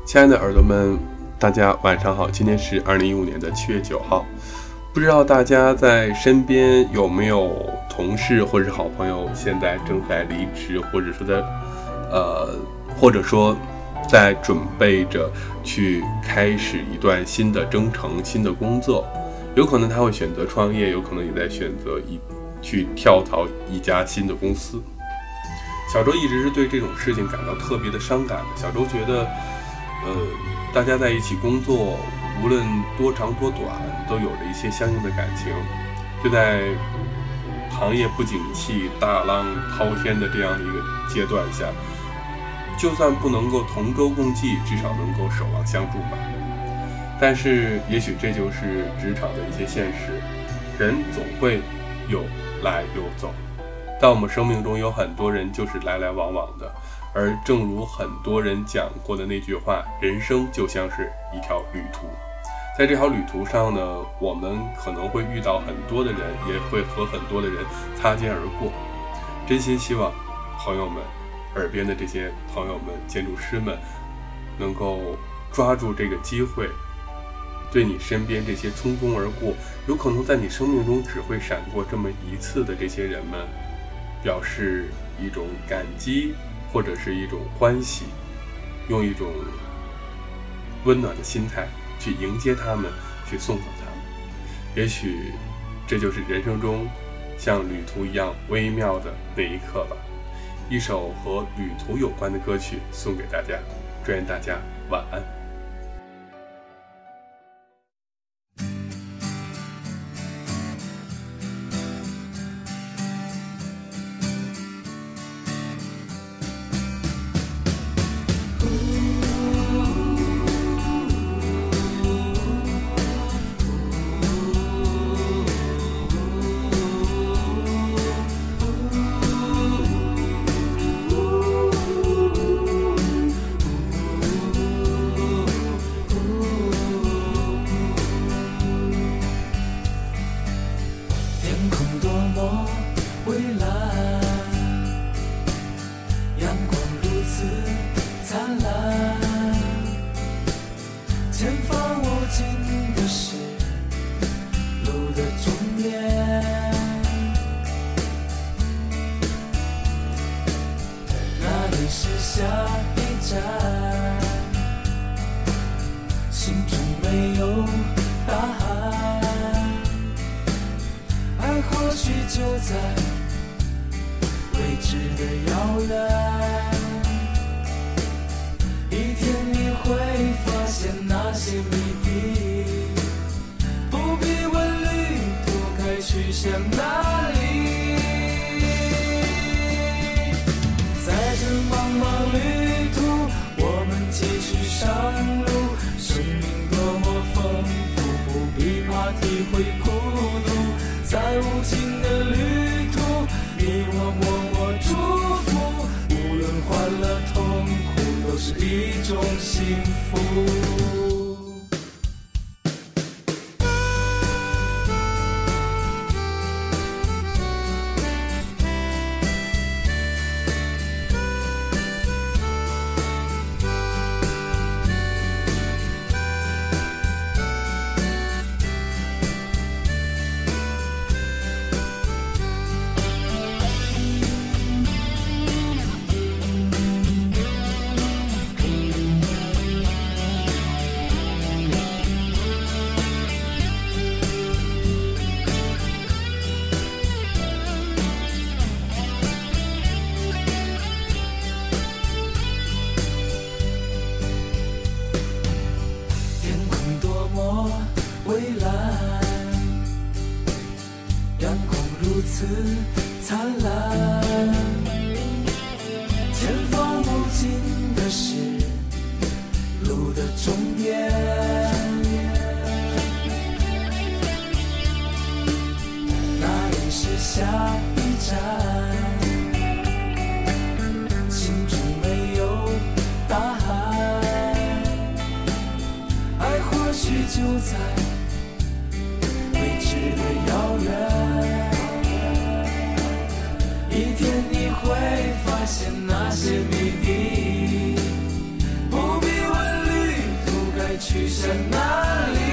亲爱的耳朵们，大家晚上好，今天是2015年的7月9号。不知道大家在身边有没有同事或者是好朋友现在正在离职，或者说在准备着去开始一段新的征程、新的工作。有可能他会选择创业，有可能也在选择去跳槽一家新的公司。小周一直是对这种事情感到特别的伤感的。小周觉得大家在一起工作，无论多长多短，都有着一些相应的感情。就在行业不景气、大浪滔天的这样的一个阶段下，就算不能够同舟共济，至少能够守望相助吧。但是也许这就是职场的一些现实，人总会有来有走，但我们生命中有很多人就是来来往往的。而正如很多人讲过的那句话，人生就像是一条旅途。在这条旅途上呢，我们可能会遇到很多的人，也会和很多的人擦肩而过。真心希望朋友们耳边的这些朋友们、建筑师们能够抓住这个机会，对你身边这些匆匆而过，有可能在你生命中只会闪过这么一次的这些人们，表示一种感激，或者是一种欢喜，用一种温暖的心态去迎接他们，去送走他们。也许这就是人生中像旅途一样微妙的那一刻吧。一首和旅途有关的歌曲送给大家，祝愿大家晚安。 前方无尽的是路的终点，那里是下一站，心中没有答案，爱或许就在未知的遥远，一天你会发现那些谜底，不必问旅途该去向哪里。在这茫茫旅途，我们继续上路，生命多么丰富，不必怕体会孤独。在无尽的旅途，你我默默祝福，无论欢乐痛苦，都是一种幸福。蔚蓝，阳光如此灿烂，前方无尽的是路的终点，那里是下一站，心中没有答案，爱或许就在未知的遥远，一天你会发现那些谜底，不必问旅去向哪里？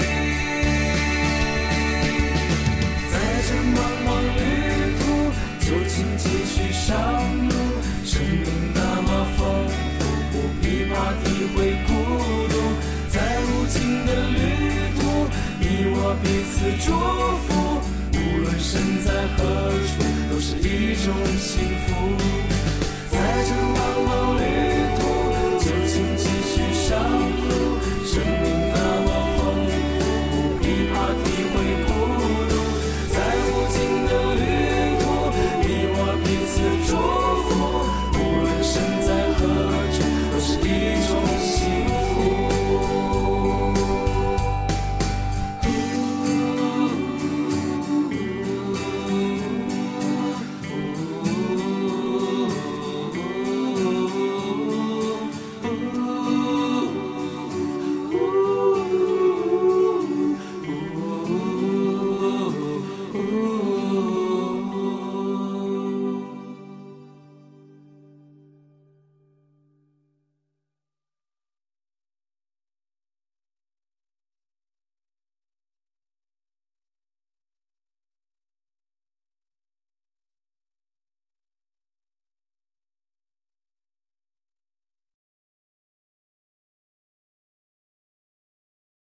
在这茫茫旅途，就请继续上路。生命那么丰富，不必怕体会孤独。在无尽的旅途，你我彼此祝福。无论身在何处，都是一种幸福。